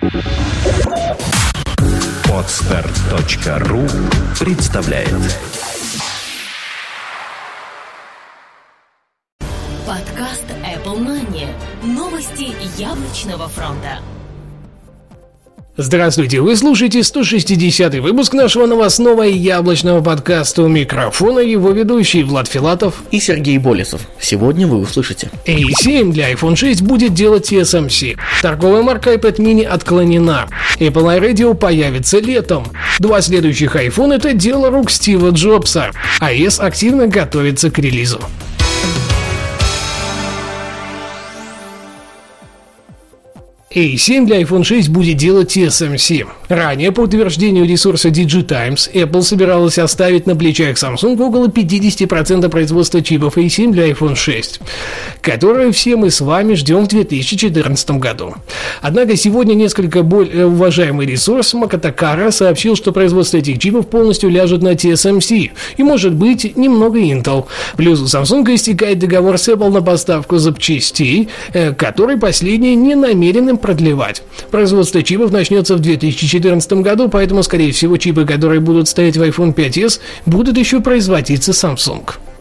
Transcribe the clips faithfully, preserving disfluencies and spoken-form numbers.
Подстер точка ру представляет подкаст Apple Money. Новости яблочного фронта. Здравствуйте, вы слушаете сто шестидесятый выпуск нашего новостного яблочного подкаста. У микрофона его ведущий Влад Филатов и Сергей Болесов. Сегодня вы услышите: эй семь для айфон шесть будет делать ти эс эм си. Торговая марка iPad mini отклонена. Apple iRadio появится летом. Два следующих iPhone — это дело рук Стива Джобса. iOS активно готовится к релизу. эй семь для айфон шесть будет делать ти эс эм си. Ранее, по утверждению ресурса DigiTimes, Apple собиралась оставить на плечах Samsung около пятьдесят процентов производства чипов эй семь для айфон шесть, которые все мы с вами ждем в две тысячи четырнадцатом году. Однако сегодня несколько более уважаемый ресурс Макатакара сообщил, что производство этих чипов полностью ляжет на ти эс эм си и, может быть, немного Intel. Плюс у Samsung истекает договор с Apple на поставку запчастей, который последние не намерены продлевать. Производство чипов начнется в две тысячи четырнадцатом году, поэтому, скорее всего, чипы, которые будут стоять в айфон пять эс, будут еще производиться Samsung.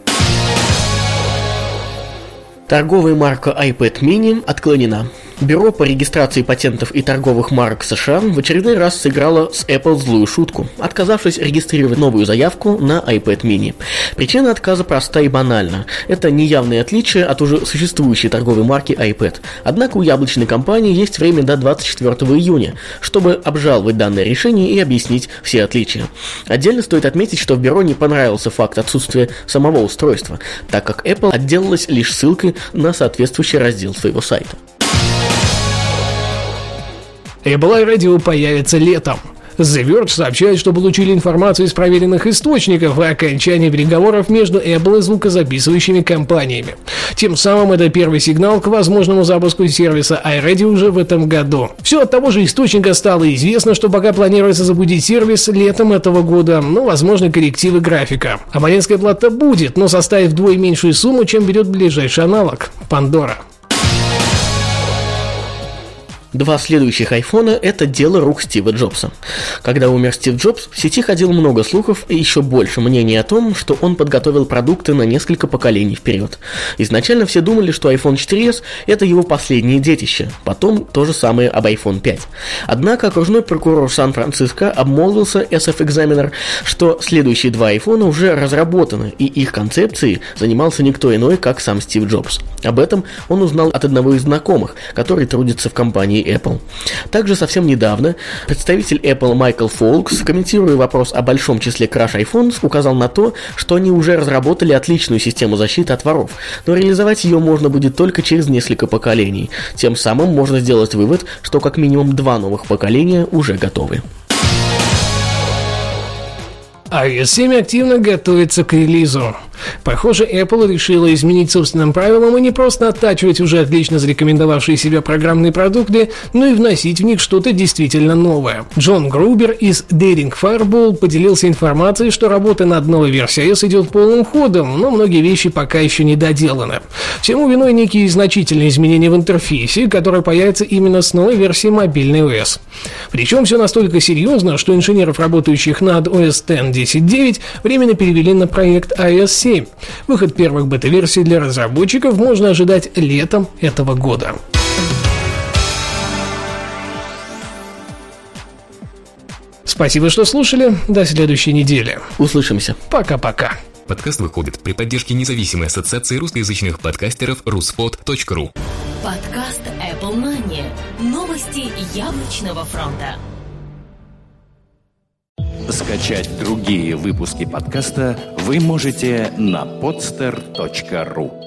Торговая марка iPad mini отклонена. Бюро по регистрации патентов и торговых марок США в очередной раз сыграло с Apple злую шутку, отказавшись регистрировать новую заявку на iPad mini. Причина отказа проста и банальна. Это неявные отличия от уже существующей торговой марки iPad. Однако у яблочной компании есть время до двадцать четвёртого июня, чтобы обжаловать данное решение и объяснить все отличия. Отдельно стоит отметить, что в бюро не понравился факт отсутствия самого устройства, так как Apple отделалась лишь ссылкой на соответствующий раздел своего сайта. Apple iRadio появится летом. The Verge сообщает, что получили информацию из проверенных источников о окончании переговоров между Apple и звукозаписывающими компаниями. Тем самым это первый сигнал к возможному запуску сервиса iRadio уже в этом году. Все от того же источника стало известно, что пока планируется запустить сервис летом этого года, но возможны коррективы графика. Абонентская плата будет, но составит вдвое меньшую сумму, чем берет ближайший аналог – Pandora. Два следующих айфона – это дело рук Стива Джобса. Когда умер Стив Джобс, в сети ходило много слухов и еще больше мнений о том, что он подготовил продукты на несколько поколений вперед. Изначально все думали, что айфон четыре эс – это его последнее детище, потом то же самое об айфон пять. Однако окружной прокурор Сан-Франциско обмолвился эс эф Examiner, что следующие два айфона уже разработаны, и их концепцией занимался никто иной, как сам Стив Джобс. Об этом он узнал от одного из знакомых, который трудится в компании Apple. Также совсем недавно представитель Apple Майкл Фолкс, комментируя вопрос о большом числе краш iPhones, указал на то, что они уже разработали отличную систему защиты от воров, но реализовать ее можно будет только через несколько поколений. Тем самым можно сделать вывод, что как минимум два новых поколения уже готовы. iOS семь активно готовится к релизу. Похоже, Apple решила изменить собственным правилам и не просто оттачивать уже отлично зарекомендовавшие себя программные продукты, но и вносить в них что-то действительно новое. Джон Грубер из Daring Fireball поделился информацией, что работа над новой версией iOS идет полным ходом, но многие вещи пока еще не доделаны. Всему виной некие значительные изменения в интерфейсе, которые появятся именно с новой версией мобильной о эс. Причем все настолько серьезно, что инженеров, работающих над о эс десять десять девять, временно перевели на проект iOS семь. Выход первых бета-версий для разработчиков можно ожидать летом этого года. Спасибо, что слушали. До следующей недели. Услышимся. Пока-пока. Подкаст выходит при поддержке независимой ассоциации русскоязычных подкастеров руспод точка ру. Подкаст Apple Money. Новости яблочного фронта. Скачать другие выпуски подкаста вы можете на подстер точка ру.